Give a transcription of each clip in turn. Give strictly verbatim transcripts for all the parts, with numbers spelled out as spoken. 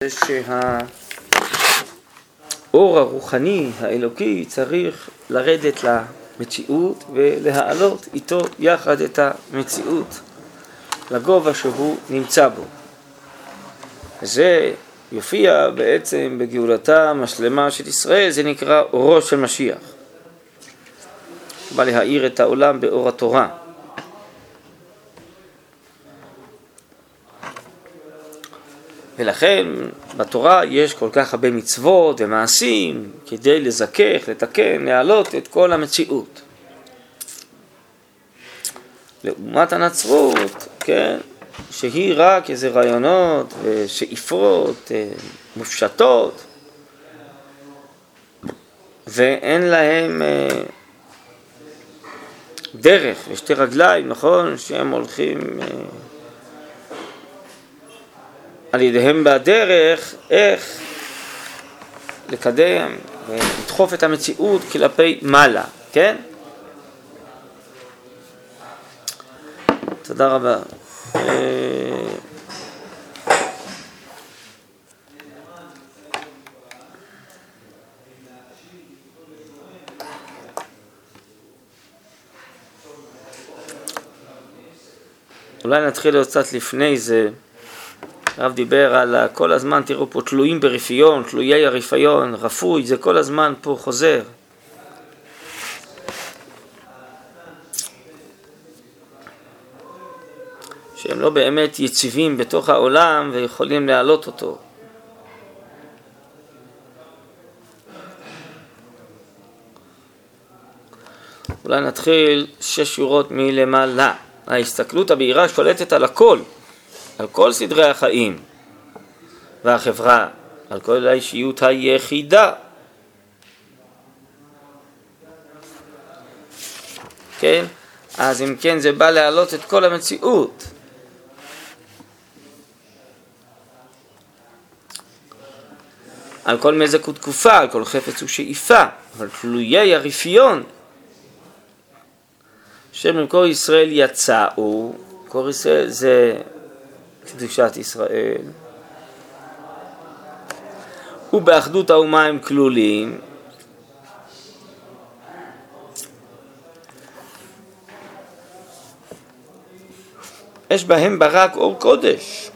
שהאור הרוחני, האלוקי, צריך לרדת למציאות ולהעלות איתו יחד את המציאות לגובה שהוא נמצא בו. זה יופיע בעצם בגאולתם השלמה של ישראל, זה נקרא אורו של משיח. בא להאיר את העולם באור התורה. ולכן בתורה יש כל כך הרבה מצוות ומעשים כדי לזכך, לתקן, להעלות את כל המציאות. לעומת הנצרות, כן, שהיא רק איזה רעיונות ושאיפות מופשטות, ואין להם דרך ושתי רגליים, נכון? שהם הולכים על ידיהם בדרך איך לקדם ולדחוף את המציאות כלפי מעלה, כן? תודה רבה. אולי נתחיל קצת לפני זה. הרב דיבר על כל הזמן, תראו פה, תלויים ברפיון, תלויי הרפיון, רפוי, זה כל הזמן פה חוזר. שהם לא באמת יציבים בתוך העולם ויכולים להעלות אותו. אולי נתחיל שש שורות מלמעלה. ההסתכלות הבהירה שולטת על הכל, על כל סדרי החיים והחברה, על כל האישיות היחידה. כן? אז אם כן זה בא להעלות את כל המציאות. על כל מזק ותקופה, על כל חפץ ושאיפה, אבל תלויי הרפיון, שממקור ישראל יצאו, מקור ישראל זה קדושת ישראל, ובאחדות האומה הם כלולים, יש בהם ברק אור קודש.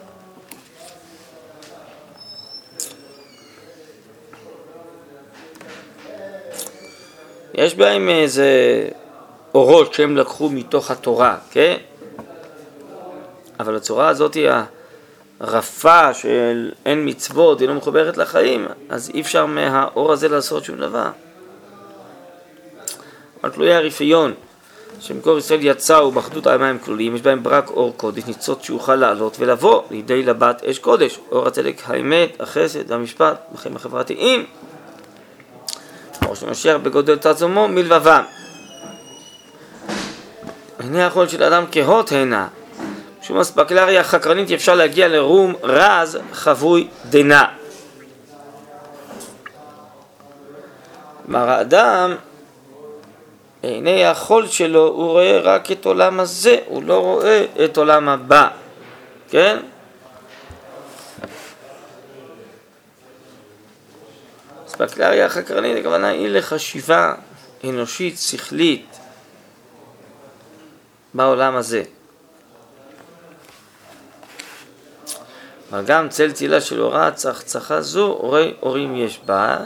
יש בהם איזה אורות שהם לקחו מתוך התורה, כן? אבל הצורה הזאת היא הרפה של אין מצוות, היא לא מחוברת לחיים, אז אי אפשר מהאור הזה לעשות שום דבר. אבל תלויי הרפיון, שמקור ישראל יצאו באחדות האומה הם כלולים, יש בהם ברק אור קודש, ניצוץ שיוכל לעלות ולבוא לידי לבת אש קודש, אור הצדק, האמת, החסד, המשפט, בחיים החברתיים. אור של משיח בגודל תעצומו מלבבם. הנה החול של אדם כהות הנה, שום אספקלריה חקרנית אפשר להגיע לרום רז חבוי דנה. כלומר האדם, עיני החול שלו, הוא רואה רק את עולם הזה, הוא לא רואה את עולם הבא, כן? אספקלריה חקרנית, הכוונה היא לחשיבה אנושית, שכלית, בעולם הזה. אבל גם צל צילה של אורה צחצחה זו, אורי אורים יש בה.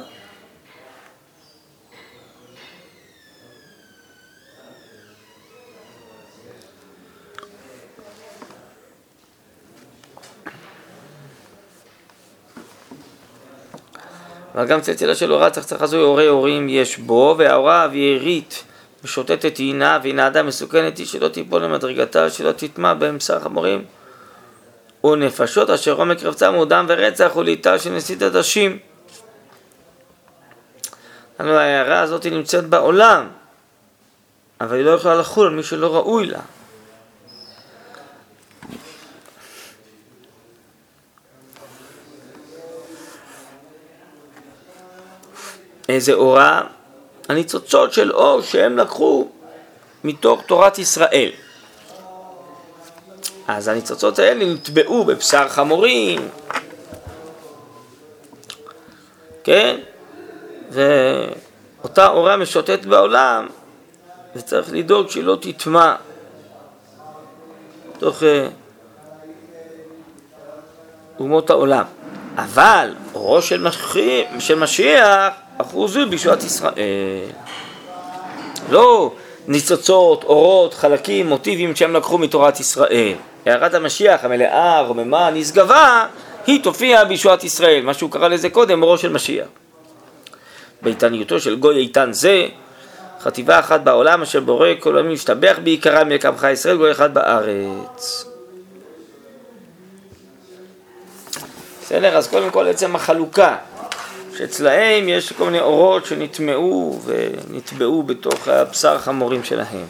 אבל גם צל צילה של אורה צחצחה זו, אורי אורים יש בו, והאורה אווירית ושוטטת עינה, והנה אדם מסוכנת היא שלא תיפול למדרגתה, שלא תטמע באמצע חמורים ונפשות אשר עומק רבצם הוא דם ורצח וליטה של נשית עדשים. ההערה הזאת נמצאת בעולם, אבל היא לא יכולה לחול על מי שלא ראוי לה. איזה אורה? הניצוצות של אור שהם לקחו מתוך תורת ישראל. אז הניצוצות האלה נטבעו בבשר חמורים, כן? ואותה אורה משוטט בעולם, וצריך לדאוג שלא תטמע תוך אומות העולם. אבל אורו של משיח, של משיח אחוזו בישועת ישראל. לא ניצוצות, אורות, חלקים, מוטיבים שהם לקחו מתורת ישראל. הערת המשיח, המלאה, הרוממה, נשגבה, היא תופיע בישועת ישראל, מה שהוא קרא לזה קודם, אורו של משיח. באיתניותו של גוי איתן זה, חטיבה אחת בעולם אשר בורא כל עמים משתבח בעיקרם יקמך ישראל, גוי אחד בארץ. בסדר, אז קודם כל עצם החלוקה, שאצלהם יש כל מיני אורות שנטמעו ונטבעו בתוך הבשר חמורים שלהם.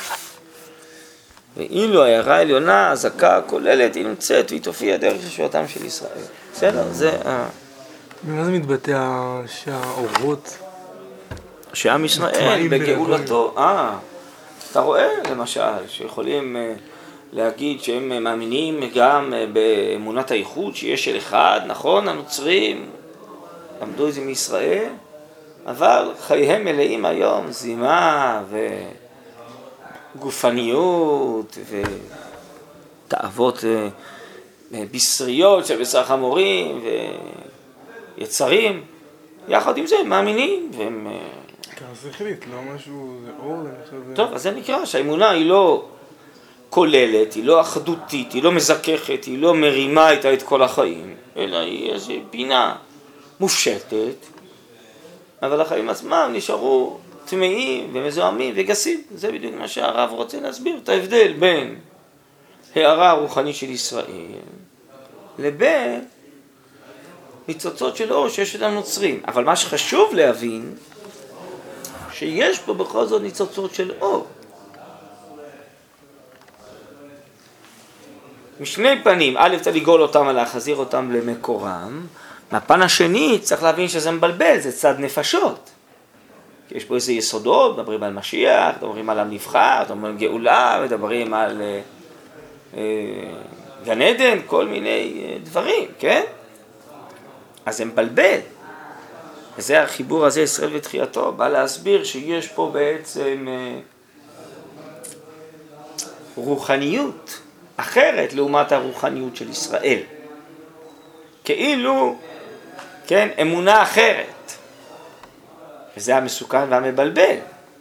ואילו ההערה העליונה, הזקה הכוללת, היא נמצאת והיא תופיע דרך ישועתם של ישראל. בסדר, זה ה... במה זה מתבטא שהאורות? שעם ישראל בגאולתו, אה, אתה רואה למשל שיכולים להגיד שהם מאמינים גם באמונת הייחוד שיש של אחד, נכון, הנוצרים למדו את זה מישראל, אבל חייהם מלאים היום זימה וגופניות ותאוות בשריות של בשר חמורים ויצרים, יחד עם זה הם מאמינים והם... זה חליט, לא משהו, זה אור, זה... טוב, אז זה נקרא שהאמונה היא לא כוללת, היא לא אחדותית, היא לא מזככת, היא לא מרימה איתה את כל החיים, אלא היא איזו פינה מופשטת, אבל החיים עצמם נשארו טמאים ומזוהמים וגסים. זה בדיוק מה שהרב רוצה להסביר, את ההבדל בין הערה הרוחנית של ישראל לבין ניצוצות של אור שיש אדם נוצרים. אבל מה שחשוב להבין, שיש פה בכל זאת ניצוצות של אור. משני פנים, א' צריך לגאול אותם, להחזיר אותם למקורם. מהפן השני צריך להבין שזה מבלבל, זה צד נפשות. כי יש פה איזה יסודות, מדברים על משיח, מדברים על הנבחר, מדברים על גאולה, מדברים על אה, אה, גן עדן, כל מיני אה, דברים, כן? אז זה מבלבל. וזה החיבור הזה, ישראל ותחייתו, בא להסביר שיש פה בעצם אה, רוחניות אחרת לעומת הרוחניות של ישראל. כאילו, כן, אמונה אחרת. וזה המסוכן והמבלבל.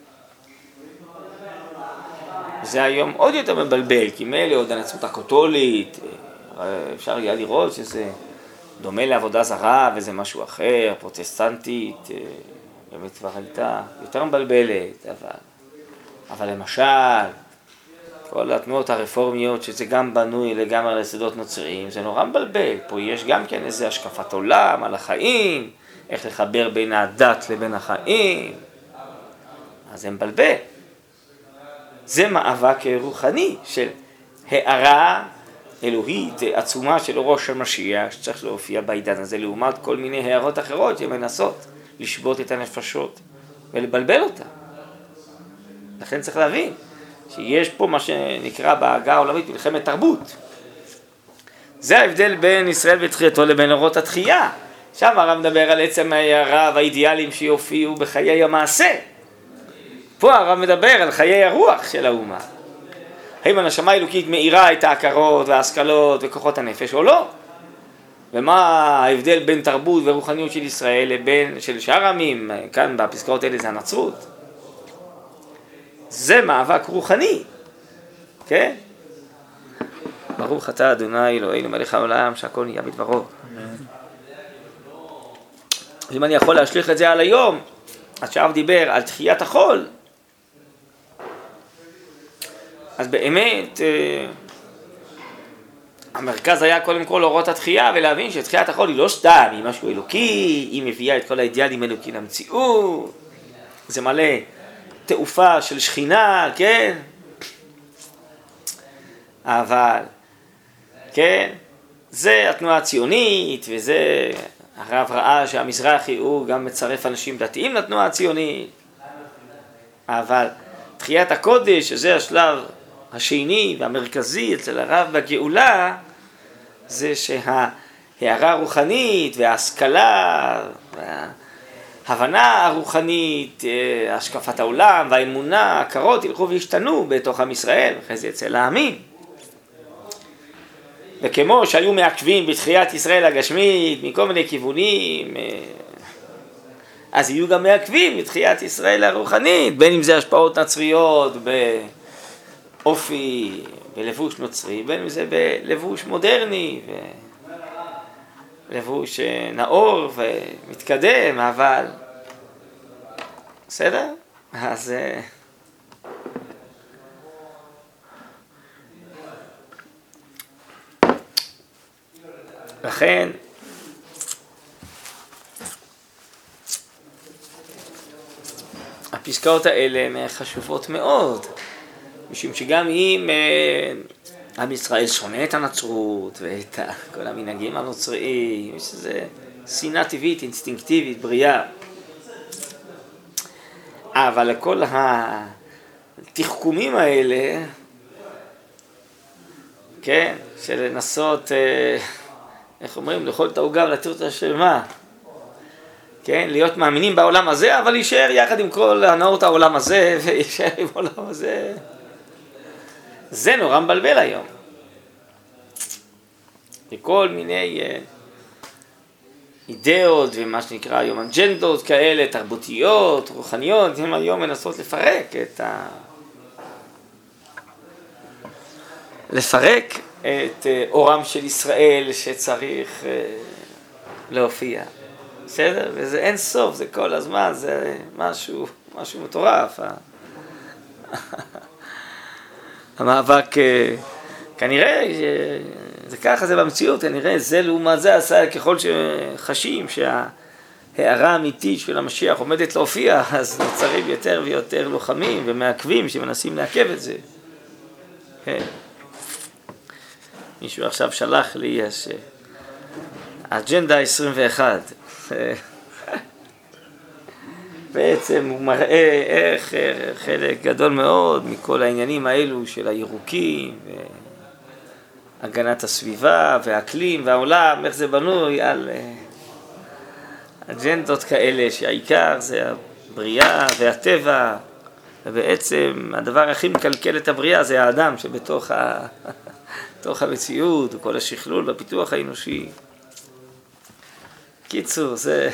זה היום עוד יותר מבלבל, כי מילא עוד הנצרות הקתולית, אפשר היה לראות שזה דומה לעבודה זרה וזה משהו אחר, פרוטסטנטית, באמת כבר הייתה יותר מבלבלת, אבל, אבל למשל, כל התנועות הרפורמיות שזה גם בנוי לגמרי על יסודות נוצריים, זה נורא מבלבל. פה יש גם כן איזו השקפת עולם על החיים, איך לחבר בין הדת לבין החיים, אז זה מבלבל. זה מאבק רוחני של הערה אלוהית עצומה של אורו של משיח, שצריך להופיע בעידן הזה, לעומת כל מיני הערות אחרות שמנסות לשבות את הנפשות ולבלבל אותה. לכן צריך להבין שיש פה מה שנקרא בהגה העולמית מלחמת תרבות. זה ההבדל בין ישראל ותחייתו לבין אורות התחייה. שם הרב מדבר על עצם ההערה והאידיאלים שיופיעו בחיי המעשה. פה הרב מדבר על חיי הרוח של האומה. האם הנשמה האלוקית מאירה את ההכרות וההשכלות וכוחות הנפש או לא? ומה ההבדל בין תרבות ורוחניות של ישראל לבין של שאר העמים, כאן בפסקאות האלה זה הנצרות. זה מאבק רוחני, כן? ברוך אתה אדוני אלוהינו מלך העולם שהכל נהיה בדברו. אם אני יכול להשליך את זה על היום, אז שהרב דיבר על תחיית החול, אז באמת המרכז היה קודם כל אורות התחייה, ולהבין שתחיית החול היא לא סתם, היא משהו אלוקי, היא מביאה את כל האידיאלים אלוקיים למציאות, זה מלא תעופה של שכינה, כן? אבל, כן, זה התנועה הציונית, וזה הרב ראה שהמזרחי הוא גם מצרף אנשים דתיים לתנועה הציונית, אבל תחיית הקודש, שזה השלב השני והמרכזי אצל הרב בגאולה, זה שההערה הרוחנית וההשכלה וה... ההבנה הרוחנית, השקפת העולם והאמונה, הכרות ילכו וישתנו בתוך עם ישראל, אחרי זה אצל העמים. וכמו שהיו מעכבים בתחיית ישראל הגשמית מכל מיני כיוונים, אז יהיו גם מעכבים בתחיית ישראל הרוחנית, בין אם זה השפעות נצריות באופי, בלבוש נוצרי, בין אם זה בלבוש מודרני, לבוש נאור ומתקדם, אבל בסדר? אז לכן הפסקאות האלה הן חשובות מאוד, משום שגם אם עם ישראל שונא את הנצרות ואת כל המנהגים הנוצריים, יש איזו שנאה טבעית, אינסטינקטיבית, בריאה. אבל לכל התחכומים האלה, כן, של לנסות, איך אומרים, לאכול את העוגה ולתת אותה של מה? כן, להיות מאמינים בעולם הזה, אבל להישאר יחד עם כל הנאות העולם הזה, ולהישאר עם העולם הזה. זה נורא מבלבל היום. וכל מיני אידאות ומה שנקרא היום אג'נדות כאלה, תרבותיות, רוחניות, הם היום מנסות לפרק את ה... לפרק את אורם של ישראל שצריך להופיע. בסדר? וזה אין סוף, זה כל הזמן, זה משהו, משהו מטורף. המאבק, כנראה, זה ככה, זה במציאות, כנראה, זה לעומת זה עשה, ככל שחשים שההערה האמיתית של המשיח עומדת להופיע, אז נוצרים יותר ויותר לוחמים ומעכבים שמנסים לעכב את זה. כן. מישהו עכשיו שלח לי, יש אג'נדה עשרים ואחת. בעצם הוא מראה איך חלק גדול מאוד מכל העניינים האלו של הירוקים והגנת הסביבה והאקלים והעולם, איך זה בנוי על אג'נדות כאלה שהעיקר זה הבריאה והטבע, ובעצם הדבר הכי מקלקל את הבריאה זה האדם שבתוך ה... בתוך המציאות וכל השכלול והפיתוח האנושי. קיצור, זה...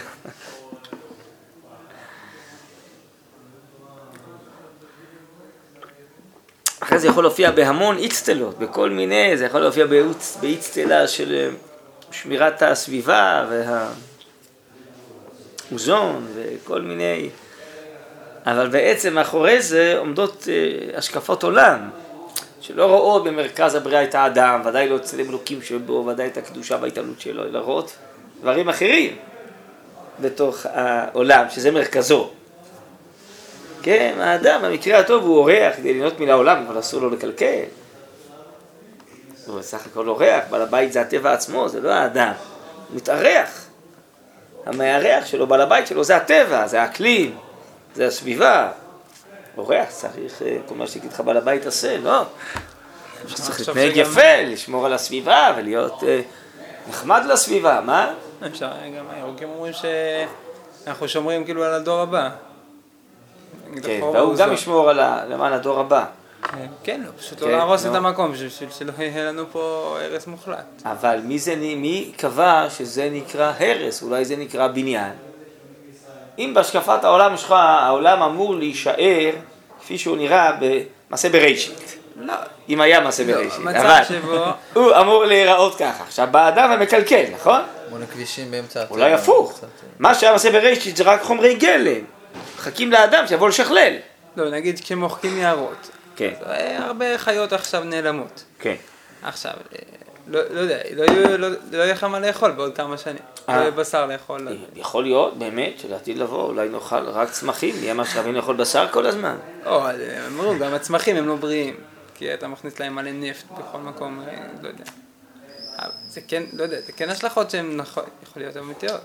אחרי זה יכול להופיע בהמון אצטלות, בכל מיני, זה יכול להופיע באצטלה של שמירת הסביבה והאוזון וכל מיני, אבל בעצם מאחורי זה עומדות השקפות עולם, שלא רואות במרכז הבריאה את האדם, ודאי לא צלם אלוקים שבו, ודאי את הקדושה וההתעלות שלו, אלא רואות דברים אחרים בתוך העולם, שזה מרכזו. כן, האדם, במקרה הטוב, הוא אורח כדי ליהנות מן העולם, אבל אסור לו לקלקל. הוא בסך הכל אורח, בעל הבית זה הטבע עצמו, זה לא האדם. הוא מתארח. המארח שלו, בעל הבית שלו, זה הטבע, זה האקלים, זה הסביבה. אורח צריך, כל מה שתגיד לך בעל הבית עשה, לא. צריך להתנהג יפה, לשמור על הסביבה ולהיות נחמד לסביבה, מה? אפשר, גם הירוקים אומרים שאנחנו שומרים כאילו על הדור הבא. כן, והוא גם ישמור למען הדור הבא. כן, פשוט לא להרוס את המקום, בשביל שלא יהיה לנו פה הרס מוחלט. אבל מי קבע שזה נקרא הרס? אולי זה נקרא בניין? אם בהשקפת העולם שלך, העולם אמור להישאר כפי שהוא נראה במעשה בראשית. לא. אם היה מעשה בראשית. מצב שבו... הוא אמור להיראות ככה. עכשיו, באדם המקלקל, נכון? מונה כבישים באמצע... אולי הפוך. מה שהיה מעשה בראשית זה רק חומרי גלם. מחכים לאדם שיבוא לשכלל. לא, נגיד כשמוחקים יערות. כן. הרבה חיות עכשיו נעלמות. כן. עכשיו, לא, לא יודע, לא יהיה, לא, לא יהיה לך מה לאכול בעוד כמה שנים. לא יהיה בשר לאכול. יכול להיות, באמת, שלעתיד לבוא, אולי נאכל רק צמחים, נהיה מה שרבים לאכול בשר כל הזמן. או, אמרו, גם הצמחים הם לא בריאים, כי אתה מכניס להם מלא נפט בכל מקום, לא יודע. זה כן, לא יודע, זה כן השלכות שהן נכון, יכול להיות אמיתיות.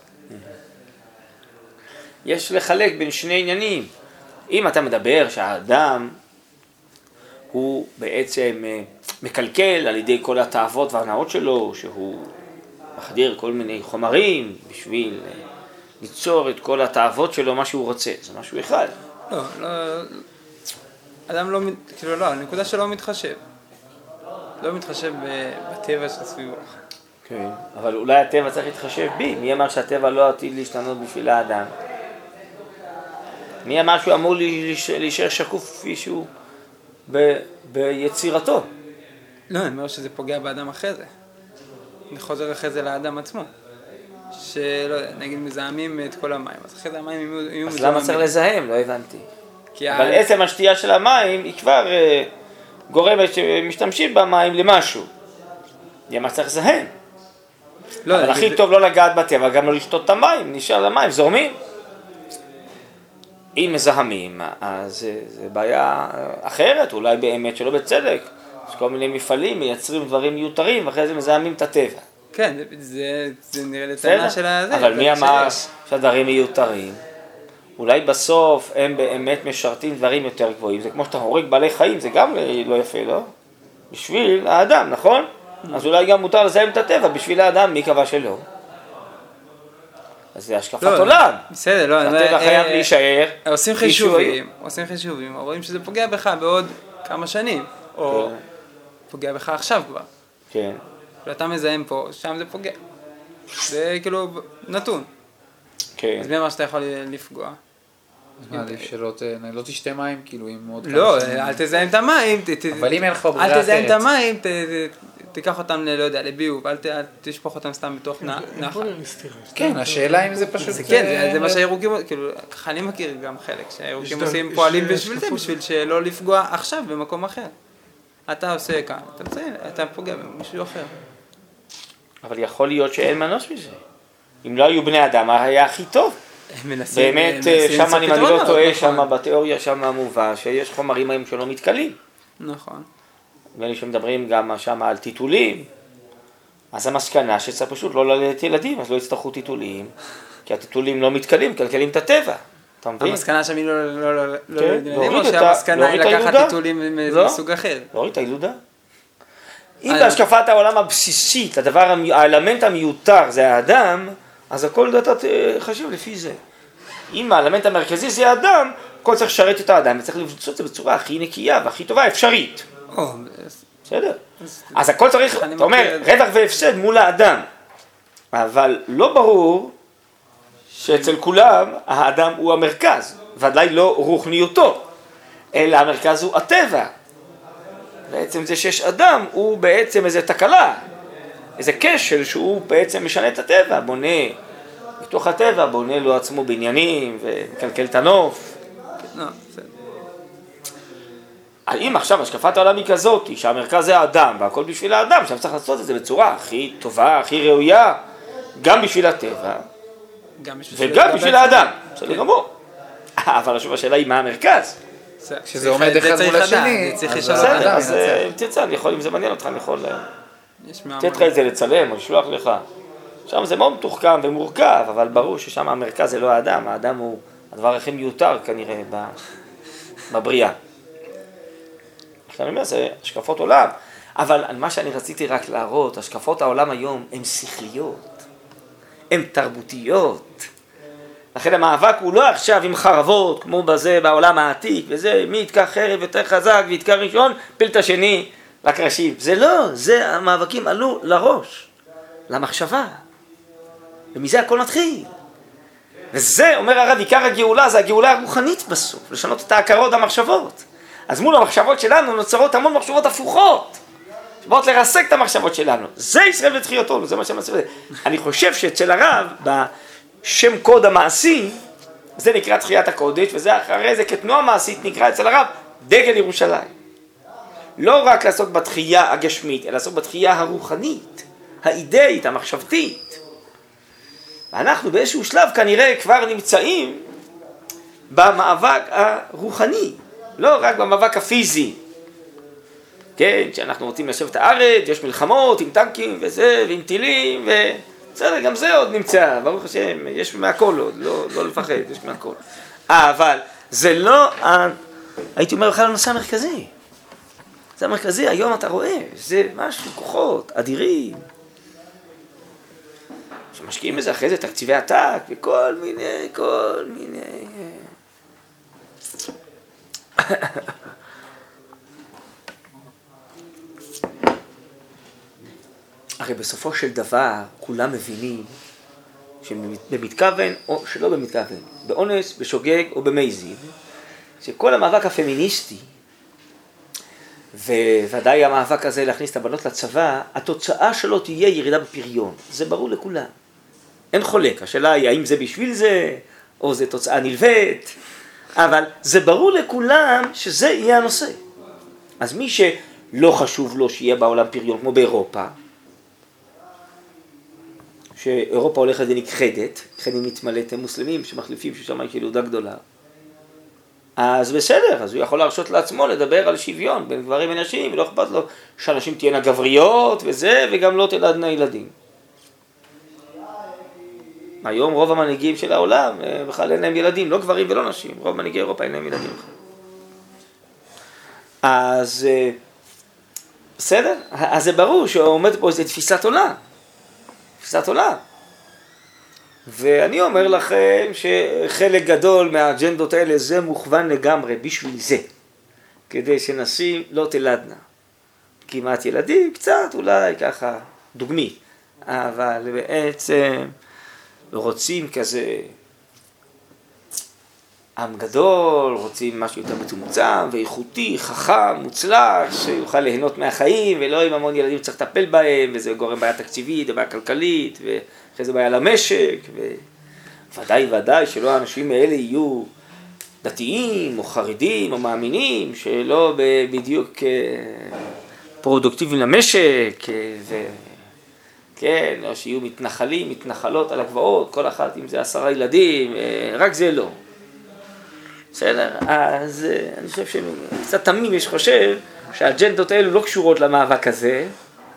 יש לחלק בין שני עניינים. אם אתה מדבר שהאדם הוא בעצם מקלקל על ידי כל התאוות וההנאות שלו, שהוא מחדיר כל מיני חומרים בשביל ליצור את כל התאוות שלו, מה שהוא רוצה, זה משהו אחד. לא, לא, אדם לא, כאילו לא, הנקודה שלו מתחשב. לא מתחשב בטבע של סביבו. כן, אבל אולי הטבע צריך להתחשב בי. מי אמר שהטבע לא עתיד להשתנות בשביל האדם? מי אמר שהוא אמור להישאר שקוף כפי שהוא ב- ביצירתו? לא, אני אומר שזה פוגע באדם אחרי זה. אני חוזר אחרי זה לאדם עצמו. שלא יודע, נגיד מזהמים את כל המים, אז אחרי זה המים יהיו מזוהמים. אז למה צריך לזהם? לא הבנתי. כי אבל ה... עצם השתייה של המים היא כבר uh, גורמת שמשתמשים במים למשהו. למה צריך לזהם? לא, אבל הכי זה... טוב לא לגעת בטבע, גם לא לשתות את המים, נשאר למים, זורמים. אם מזהמים, אז זה, זה בעיה אחרת, אולי באמת שלא בצדק. יש כל מיני מפעלים, מייצרים דברים מיותרים, ואחרי זה מזהמים את הטבע. כן, זה, זה, זה נראה לטענה של הזה. אבל מי אמר שהדברים מיותרים? אולי בסוף הם באמת משרתים דברים יותר גבוהים. זה כמו שאתה הורג בעלי חיים, זה גם לא יפה, לא? בשביל האדם, נכון? אז אולי גם מותר לזהם את הטבע, בשביל האדם, מי קבע שלא? אז זה השקפת עולם. בסדר, לא. הטבע חייב להישאר. עושים חישובים, עושים חישובים, רואים שזה פוגע בך בעוד כמה שנים, או פוגע בך עכשיו כבר. כן. ואתה מזהם פה, שם זה פוגע. זה כאילו נתון. כן. אז מי אמר שאתה יכול לפגוע? מעדיף שלא תשתה מים, כאילו, עם עוד... לא, אל תזהם את המים. אבל אם אין לך ברירה אחרת. אל תזהם את המים, תיקח אותם, לא יודע, לביוב, אל תשפוך אותם סתם בתוך נחל. כן, השאלה אם זה פשוט... כן, זה מה שהירוקים, כאילו, ככה אני מכיר גם חלק, שהירוקים עושים פועלים בשביל זה, בשביל שלא לפגוע עכשיו במקום אחר. אתה עושה כאן, אתה מציין, אתה פוגע במישהו אחר. אבל יכול להיות שאין מנוס מזה. אם לא היו בני אדם, היה הכי טוב. באמת, שם אני לא טועה, שם בתיאוריה, שם מובא, שיש חומרים היום שלא מתקלים. נכון. ואלה שמדברים גם שם על טיטולים, אז המסקנה שצריך פשוט לא ללדת ילדים, אז לא יצטרכו טיטולים, כי הטיטולים לא מתקלים, קלקלים את הטבע. אתה מבין? המסקנה שם היא לא ללדת ילדים, או שהמסקנה היא לקחת טיטולים מסוג אחר? לא, את הילודה. אם בהשקפת העולם הבסיסית, הדבר, האלמנט המיותר זה האדם, אז הכל דעת חשוב לפי זה. אם האלמנט המרכזי זה האדם, הכל צריך לשרת את האדם, וצריך לבצע את זה בצורה הכי נקייה והכי טובה, אפשרית. בסדר. אז הכל צריך, אתה אומר, רווח והפסד מול האדם. אבל לא ברור שאצל כולם האדם הוא המרכז, ודאי לא רוחניותו, אלא המרכז הוא הטבע. בעצם זה שיש אדם הוא בעצם איזו תקלה, איזה כשל שהוא בעצם משנה את הטבע, בונה בתוך הטבע, בונה לו עצמו בניינים ומקלקל את הנוף. לא, בסדר. אם עכשיו השקפת העולם היא כזאת, שהמרכז זה האדם והכל בשביל האדם, עכשיו צריך לעשות את זה בצורה הכי טובה, הכי ראויה, גם בשביל הטבע וגם בשביל האדם. בסדר גמור. אבל שוב השאלה היא מה המרכז? כשזה עומד אחד מול השני, אז אם תרצה, אם זה מעניין אותך, אני יכול לתת לך את זה לצלם או לשלוח לך. שם זה מאוד מתוחכם ומורכב, אבל ברור ששם המרכז זה לא האדם, האדם הוא הדבר הכי מיותר כנראה בבריאה. אני אומר, זה השקפות עולם, אבל מה שאני רציתי רק להראות, השקפות העולם היום הן שכליות, הן תרבותיות. לכן המאבק הוא לא עכשיו עם חרבות, כמו בזה בעולם העתיק, וזה מי יתקע חרב יותר חזק ויתקע ראשון, פיל את השני לקרשים. זה לא, זה המאבקים עלו לראש, למחשבה, ומזה הכל מתחיל. וזה, אומר הרב, עיקר הגאולה, זה הגאולה הרוחנית בסוף, לשנות את ההכרות והמחשבות. אז מול המחשבות שלנו נוצרות המון מחשבות הפוכות, שבאות לרסק את המחשבות שלנו. זה ישראל ותחייתו, זה מה שאני מסביר. אני חושב שאצל הרב, בשם קוד המעשי, זה נקרא תחיית הקודש, וזה אחרי זה כתנועה מעשית נקרא אצל הרב דגל ירושלים. לא רק לעסוק בתחייה הגשמית, אלא לעסוק בתחייה הרוחנית, האידאית, המחשבתית. ואנחנו באיזשהו שלב כנראה כבר נמצאים במאבק הרוחני, לא רק במאבק הפיזי. כן, שאנחנו רוצים לשבת את הארץ, יש מלחמות עם טנקים וזה, ועם טילים, ובסדר, גם זה עוד נמצא, ברוך השם, יש מהכל עוד, לא, לא לפחד, יש מהכל. אבל זה לא, הייתי אומר בכלל הנושא המרכזי. זה המרכזי, היום אתה רואה, זה משהו, כוחות, אדירים. שמשקיעים בזה אחרי זה תקציבי עתק וכל מיני, כל מיני... הרי בסופו של דבר כולם מבינים שבמתכוון או שלא במתכוון, באונס, בשוגג או במזיד, שכל המאבק הפמיניסטי, וודאי המאבק הזה להכניס את הבנות לצבא, התוצאה שלו תהיה ירידה בפריון. זה ברור לכולם. אין חולק. השאלה היא האם זה בשביל זה, או זה תוצאה נלווית, אבל זה ברור לכולם שזה יהיה הנושא. אז מי שלא חשוב לו שיהיה בעולם פריון, כמו באירופה, שאירופה הולכת ונכחדת, לכן היא מתמלאת הם מוסלמים שמחליפים ששם יש ילודה גדולה, אז בסדר, אז הוא יכול להרשות לעצמו לדבר על שוויון בין גברים ונשים, ולא אכפת לו שאנשים תהיינה גבריות וזה, וגם לא תלדנה ילדים. היום רוב המנהיגים של העולם בכלל אין להם ילדים, לא גברים ולא נשים, רוב מנהיגי אירופה אין להם ילדים. אז בסדר, אז זה ברור שעומד פה איזו תפיסת עולם, תפיסת עולם. ואני אומר לכם שחלק גדול מהאג'נדות האלה זה מוכוון לגמרי בשביל זה, כדי שנשים לא תלדנה. כמעט ילדים, קצת אולי ככה דוגמי, אבל בעצם רוצים כזה עם גדול, רוצים משהו יותר מצומצם ואיכותי, חכם, מוצלח, שיוכל ליהנות מהחיים, ולא עם המון ילדים צריך לטפל בהם, וזה גורם בעיה תקציבית, בעיה כלכלית, ואחרי זה בעיה למשק, וודאי ודאי שלא האנשים האלה יהיו דתיים או חרדים או מאמינים, שלא בדיוק פרודוקטיביים למשק, ו... כן, או שיהיו מתנחלים, מתנחלות על הגבעות, כל אחת אם זה עשרה ילדים, רק זה לא. בסדר? אז אני חושב שקצת תמים יש חושב שהאג'נדות האלו לא קשורות למאבק הזה.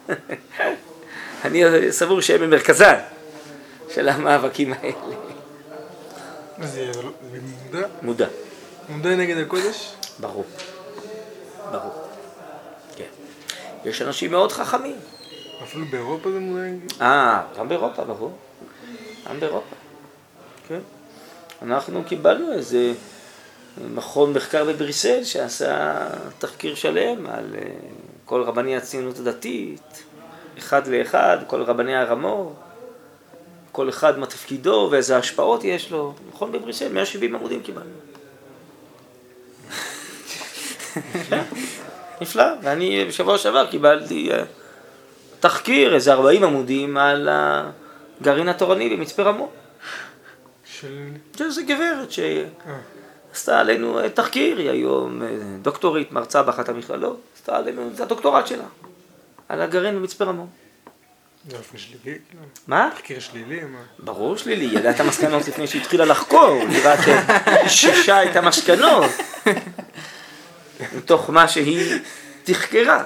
אני סבור שהם במרכזן של המאבקים האלה. מה זה, מודע? מודע. מודע נגד הקודש? ברור. ברור. כן. יש אנשים מאוד חכמים. אפילו באירופה זה מודע נגד? אה, גם באירופה, ברור. גם באירופה. כן. אנחנו קיבלנו איזה מכון מחקר בבריסל שעשה תחקיר שלם על כל רבני הציונות הדתית, אחד לאחד, כל רבני הרמור, כל אחד מה תפקידו ואיזה השפעות יש לו. מכון בבריסל, מאה ושבעים עמודים קיבלנו. נפלא. ואני בשבוע שעבר קיבלתי תחקיר, איזה ארבעים עמודים על הגרעין התורני במצפה רמון. של... זה גברת שעשתה עלינו תחקיר, היא היום דוקטורית, מרצה באחת המכללות, עשתה עלינו את הדוקטורט שלה, על הגרעין במצפה רמון. זה אופן שלילי? מה? תחקיר שלילי? מה? ברור שלילי, ידעה את המסקנות לפני שהתחילה לחקור, נראה ששישה את המסקנות, מתוך מה שהיא תחקרה.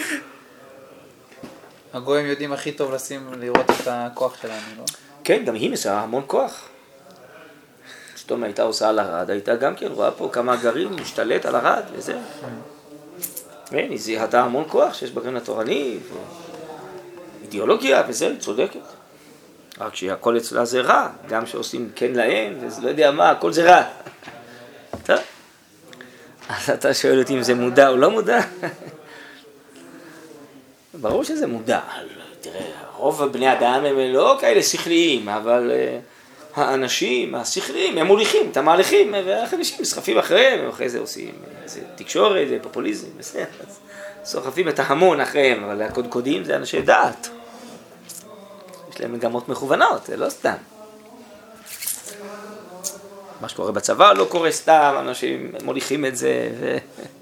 הגויים יודעים הכי טוב לשים, לראות את הכוח שלנו, לא? כן, גם היא מסעה המון כוח. שתום הייתה עושה על הרד, הייתה גם כן רואה פה כמה גרעין משתלט על הרד וזה. כן, היא זיהתה המון כוח שיש בגרעין התורני, אידיאולוגיה וזה, היא צודקת. רק שהכל אצלה זה רע, גם שעושים כן להם, וזה לא יודע מה, הכל זה רע. טוב. אז אתה שואל אותי אם זה מודע או לא מודע? ברור שזה מודע. תראה, רוב בני אדם הם לא כאלה שכליים, אבל האנשים השכליים, הם מוליכים את המהלכים, והאנשים מסחפים אחריהם, הם אחרי זה עושים זה תקשורת, זה פופוליזם, בסדר. סוחפים את ההמון אחריהם, אבל הקודקודים זה אנשי דעת. יש להם מגמות מכוונות, זה לא סתם. מה שקורה בצבא לא קורה סתם, אנשים מוליכים את זה, ו...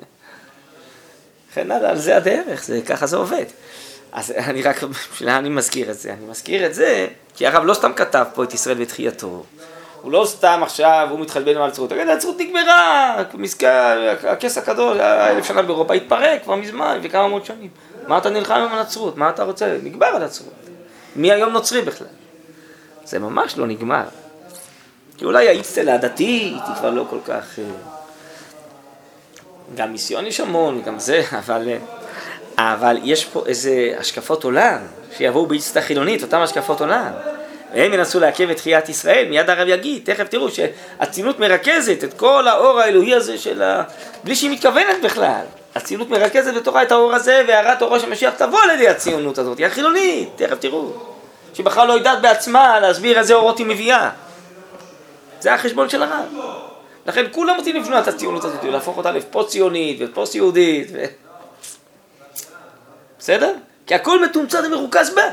כן, על זה הדרך, זה, ככה זה עובד. אז אני רק, בשבילה אני מזכיר את זה, אני מזכיר את זה, כי הרב לא סתם כתב פה את ישראל ותחייתו, הוא לא סתם עכשיו, הוא מתחלבן על עצרות, תגיד, העצרות נגמרה, הכס הקדוש, אלף שנה באירופה התפרק כבר מזמן, וכמה מאות שנים. מה אתה נלחם עם הנצרות? מה אתה רוצה? נגמר על עצרות. מי היום נוצרי בכלל? זה ממש לא נגמר. כי אולי האצטלה הדתית היא כבר לא כל כך... גם מיסיון יש המון, גם זה, אבל, אבל יש פה איזה השקפות עולם, שיבואו באצטלה חילונית, אותם השקפות עולם. הם ינסו לעכב את תחיית ישראל, מיד הרב יגיד, תכף תראו שהציונות מרכזת את כל האור האלוהי הזה של ה... בלי שהיא מתכוונת בכלל. הציונות מרכזת בתוכה את האור הזה, והערת אורו של משיח תבוא על ידי הציונות הזאת, היא החילונית, תכף תראו. שהיא בכלל לא יודעת בעצמה להסביר איזה אורות היא מביאה. זה החשבון של הרב. לכן כולם רוצים לבנות את הציונות הזאת, להפוך אותה לפוסט ציונית ופוסט יהודית. ו... בסדר? כי הכל מתומצת ומרוכז בה.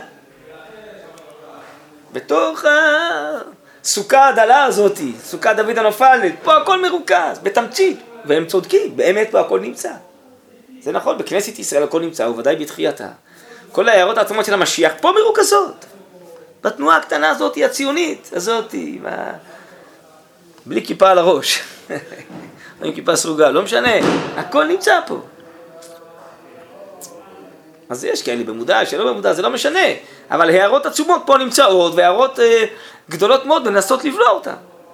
בתוך הסוכה הדלה הזאת, סוכה דוד הנופלת, פה הכל מרוכז, בתמצית. והם צודקים, באמת פה הכל נמצא. זה נכון, בכנסת ישראל הכל נמצא, וודאי בתחייתה. כל ההערות העצומות של המשיח פה מרוכזות. בתנועה הקטנה הזאת היא הציונית, הזאת, עם ה... בלי כיפה על הראש. עם כיפה סרוגה, לא משנה, הכל נמצא פה. אז יש כאלה במודע, שלא במודע, זה לא משנה. אבל הערות עצומות פה נמצאות, והערות אה, גדולות מאוד מנסות לבלוע אותן.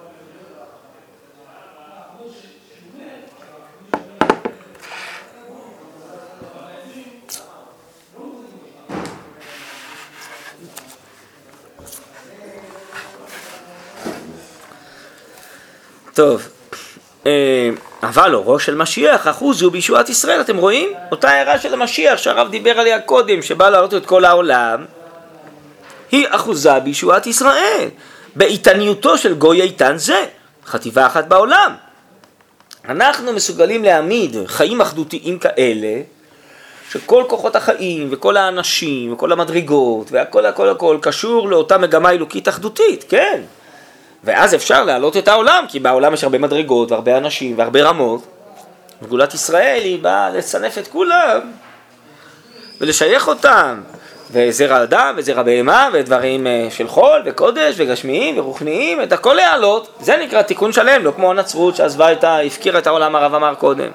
טוב, אבל אורו של משיח, אחוז הוא בישועת ישראל, אתם רואים? אותה הערה של המשיח שהרב דיבר עליה קודם, שבא להעלות את כל העולם, היא אחוזה בישועת ישראל, באיתניותו של גוי איתן זה, חטיבה אחת בעולם. אנחנו מסוגלים להעמיד חיים אחדותיים כאלה, שכל כוחות החיים וכל האנשים וכל המדרגות והכל הכל הכל קשור לאותה מגמה אלוקית אחדותית, כן? ואז אפשר להעלות את העולם, כי בעולם יש הרבה מדרגות והרבה אנשים והרבה רמות. וגאולת ישראל היא באה לצנף את כולם ולשייך אותם, וזרע אדם וזרע בהמה ודברים של חול וקודש וגשמיים ורוחניים, את הכל להעלות. זה נקרא תיקון שלם, לא כמו הנצרות שעזבה את ה... הפקירה את העולם, הרב אמר קודם.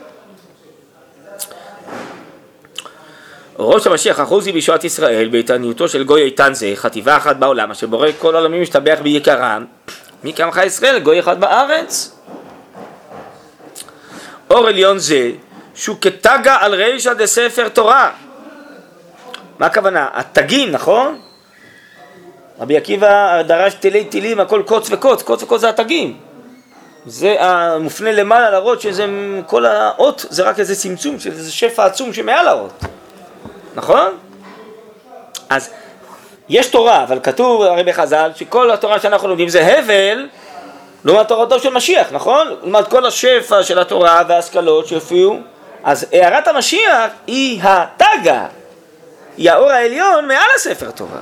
ראש המשיח אחוזי בישועת ישראל, באיתניותו של גוי איתן זה, חטיבה אחת בעולם, אשר בורא כל העולמים משתבח ביקרם, מי כעמך ישראל, גוי אחד בארץ. אור עליון זה, שהוא כתגה על רישא דספר תורה. מה הכוונה? התגים, נכון? רבי עקיבא דרש תילי תילים, הכל קוץ וקוץ, קוץ וקוץ זה התגים. זה המופנה למעלה להראות שזה, כל האות זה רק איזה צמצום, שזה שפע עצום שמעל האות. נכון? אז יש תורה, אבל כתוב הרי בחז"ל שכל התורה שאנחנו לומדים זה הבל, לעומת תורתו של משיח, נכון? לעומת כל השפע של התורה וההשכלות שהופיעו. אז הערת המשיח היא התגה, היא האור העליון מעל הספר תורה.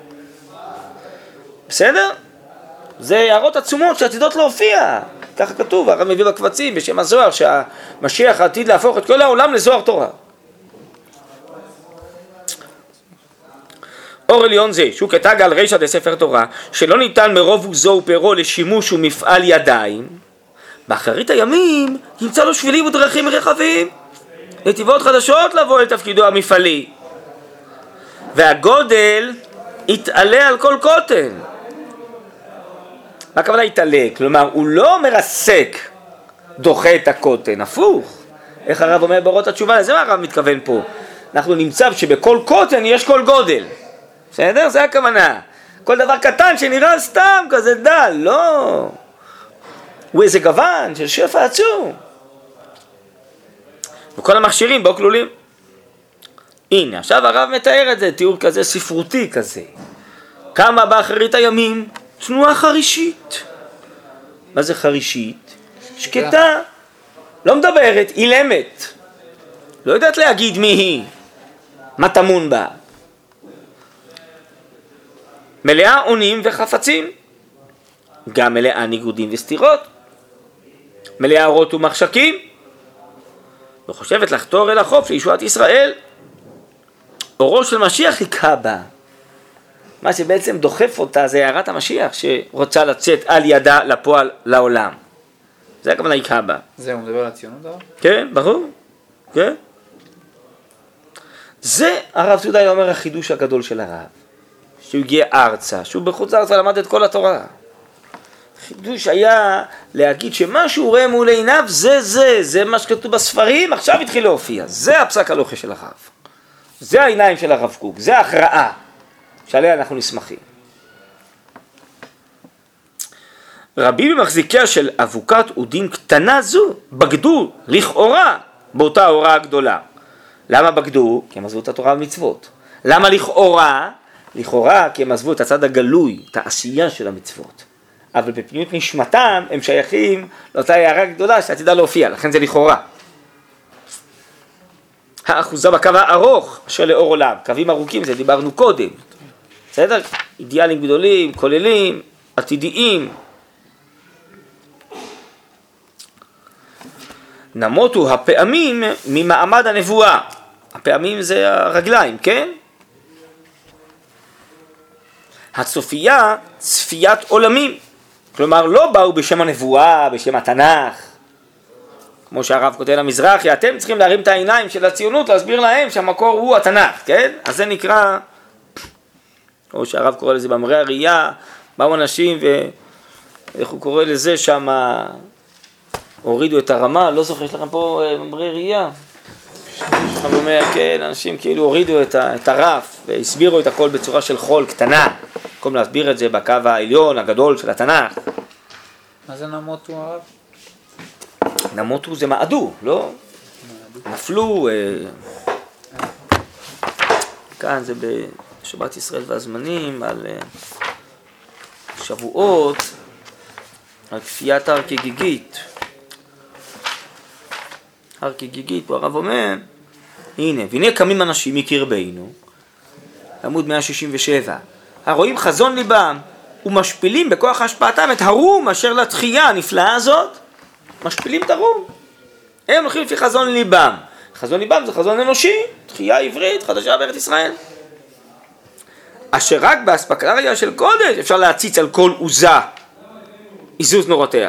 בסדר? זה הערות עצומות שעתידות להופיע. ככה כתוב, הרב מביא בקבצים בשם הזוהר, שהמשיח עתיד להפוך את כל העולם לזוהר תורה. אור עליון זה, שהוא כתג על רישא דספר תורה, שלא ניתן מרוב עוזו ופרו לשימוש ומפעל ידיים, באחרית הימים ימצא לו שבילים ודרכים רחבים, נתיבות חדשות לבוא אל תפקידו המפעלי, והגודל יתעלה על כל קוטן. מה הכוונה יתעלה? כלומר, הוא לא מרסק, דוחה את הקוטן, הפוך. איך הרב אומר באורות התשובה? לזה מה הרב מתכוון פה? אנחנו נמצא שבכל קוטן יש כל גודל. בסדר? זה הכוונה. כל דבר קטן שנראה סתם כזה דל, לא. הוא איזה גוון של שפע עצום. וכל המכשירים בו כלולים. הנה, עכשיו הרב מתאר את זה, תיאור כזה ספרותי כזה. כמה באחרית הימים? תנועה חרישית. מה זה חרישית? שקטה. לא מדברת, אילמת. לא יודעת להגיד מי היא. מה תמון בה. מלאה עונים וחפצים, גם מלאה ניגודים וסתירות, מלאה אורות ומחשקים, וחושבת לחתור אל החוף של ישועת ישראל. אורו של משיח היכה בה. מה שבעצם דוחף אותה זה הערת המשיח שרוצה לצאת על ידה לפועל לעולם. זה הכוונה היכה בה. זה הוא מדבר על הציונות דבר? כן, ברור. כן. זה הרב צודאי אומר החידוש הגדול של הרב. שהוא הגיע ארצה, שהוא בחוץ לארץ ולמד את כל התורה. חידוש היה להגיד שמה שהוא רואה מול עיניו זה זה, זה מה שכתוב בספרים, עכשיו התחיל להופיע. זה הפסק הלוחי של הרב. זה העיניים של הרב קוק, זה ההכרעה שעליה אנחנו נסמכים. רבים ממחזיקיה של אבוקת אודים קטנה זו בגדו לכאורה באותה הוראה גדולה. למה בגדו? כי הם עזבו את התורה ומצוות. למה לכאורה? לכאורה כי הם עזבו את הצד הגלוי, את העשייה של המצוות. אבל בפנימיות נשמתם הם שייכים לאותה הערה גדולה שעתידה להופיע, לכן זה לכאורה. האחוזה בקו הארוך אשר לאור עולם, קווים ארוכים, זה דיברנו קודם. בסדר? אידיאלים גדולים, כוללים, עתידיים. נמותו הפעמים ממעמד הנבואה. הפעמים זה הרגליים, כן? הצופייה, צפיית עולמים. כלומר, לא באו בשם הנבואה, בשם התנ"ך. כמו שהרב כותב למזרחי, אתם צריכים להרים את העיניים של הציונות, להסביר להם שהמקור הוא התנ"ך, כן? אז זה נקרא, או שהרב קורא לזה במראה הראייה, באו אנשים ואיך הוא קורא לזה שם, הורידו את הרמה, לא זוכר, יש לכם פה במראה ראייה. הוא אומר, כן, אנשים כאילו הורידו את, ה, את הרף והסבירו את הכל בצורה של חול קטנה, במקום להסביר את זה בקו העליון, הגדול של התנ"ך. מה זה נמותו הרב? נמותו זה מעדו, לא? נפלו, כאן זה בשבת ישראל והזמנים, על שבועות, על כפיית הר כגיגית. הר כגיגית, פה הרב אומר, הנה, והנה קמים אנשים מקרבנו, עמוד מאה שישים ושבע, הרואים חזון ליבם ומשפילים בכוח השפעתם את הרום אשר לתחייה הנפלאה הזאת, משפילים את הרום. הם הולכים לפי חזון ליבם. חזון ליבם זה חזון אנושי, תחייה עברית, חדשה בארץ ישראל. אשר רק באספקלריה של קודש אפשר להציץ על כל עוזה, עיזוז נורותיה.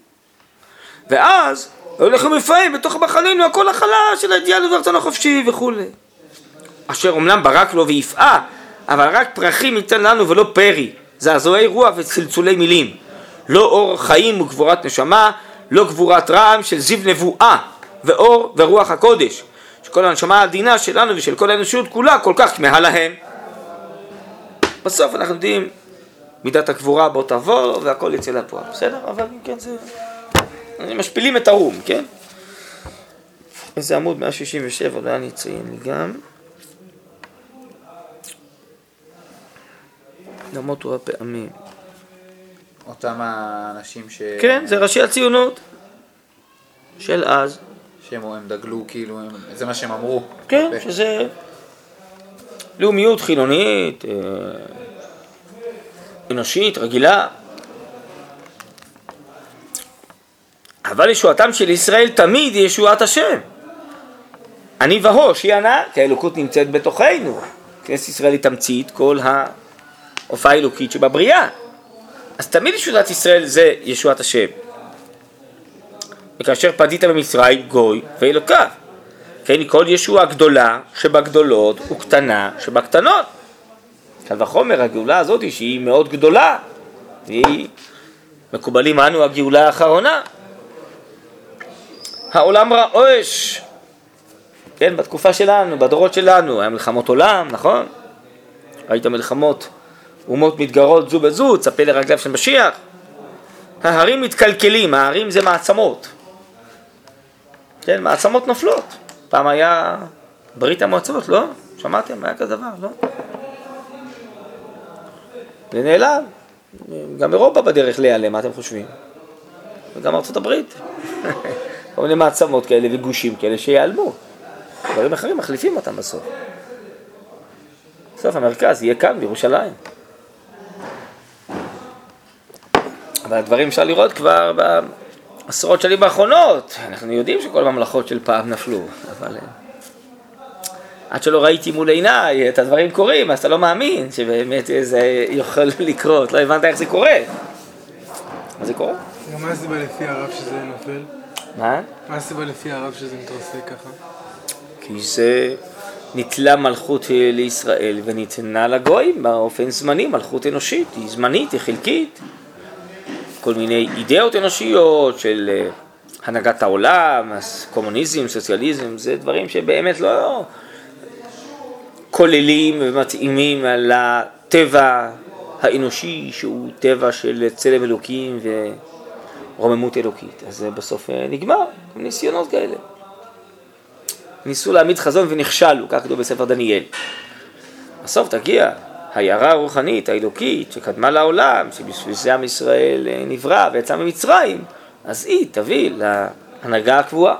ואז הולכים לפעמים בתוך בחלינו הכל החלה של האידיאל ורצון החופשי וכו'. אשר אומנם ברק לו ויפעה, אבל רק פרחים ייתן לנו ולא פרי, זעזועי רוח וצלצולי מילים. לא אור חיים וגבורת נשמה, לא גבורת רעם של זיו נבואה ואור ורוח הקודש, שכל הנשמה העדינה שלנו ושל כל האנושות כולה כל כך כמהה להם. בסוף אנחנו יודעים מידת הגבורה בו תבוא והכל יצא לפועל, בסדר? אבל כן זה... משפילים את הרום, כן? איזה עמוד מאה שישים ושבע, אולי אני אציין לי גם. נמותו הפעמים. אותם האנשים ש... כן, זה ראשי הציונות של אז. שהם הם דגלו, כאילו, הם... זה מה שהם אמרו. כן, שזה לאומיות חילונית, אנושית, רגילה. אבל ישועתם של ישראל תמיד היא ישועת השם. אני והוא, שיענה, כי האלוקות נמצאת בתוכנו. כנסת ישראל היא תמצית כל ההופעה האלוקית שבבריאה. אז תמיד ישועת ישראל זה ישועת השם. וכאשר פדית במצרים גוי ואלוקיו. כן, כל ישועה גדולה שבגדולות וקטנה שבקטנות. קל וחומר, הגאולה הזאת שהיא מאוד גדולה. והיא מקובלים אנו הגאולה האחרונה. העולם רעש. כן, בתקופה שלנו, בדורות שלנו, היה מלחמות עולם, נכון? ראית מלחמות, אומות מתגרות זו בזו, צפה לרגליו של משיח. ההרים מתקלקלים, ההרים זה מעצמות. כן, מעצמות נופלות. פעם היה ברית המועצות, לא? שמעתם? היה כזה דבר, לא? זה נעלם. גם אירופה בדרך להיעלם, מה אתם חושבים? וגם ארצות הברית. כל מיני מעצמות כאלה וגושים כאלה שיעלמו. דברים אחרים מחליפים אותם בסוף. בסוף המרכז יהיה כאן בירושלים. אבל הדברים אפשר לראות כבר בעשרות שנים האחרונות. אנחנו יודעים שכל הממלכות של פעם נפלו, אבל עד שלא ראיתי מול עיניי את הדברים קורים, אז אתה לא מאמין שבאמת זה יכול לקרות. לא הבנת איך זה קורה. מה זה קורה? גם מה הסיבה לפי הרב שזה נופל? מה? מה הסיבה לפי הרב שזה מתרסק ככה? כי זה נתלה מלכות לישראל וניתנה לגויים באופן זמני, מלכות אנושית, היא זמנית, היא חלקית. כל מיני אידאות אנושיות של הנהגת העולם, קומוניזם, סוציאליזם, זה דברים שבאמת לא כוללים ומתאימים לטבע האנושי שהוא טבע של צלם אלוקים ורוממות אלוקית. אז זה בסוף נגמר, ניסיונות כאלה. ניסו להעמיד חזון ונכשלו, כך כתוב בספר דניאל. בסוף תגיע העיירה הרוחנית, האלוקית, שקדמה לעולם, שבשביל זה עם ישראל נברא ויצא ממצרים, אז היא תביא להנהגה הקבועה.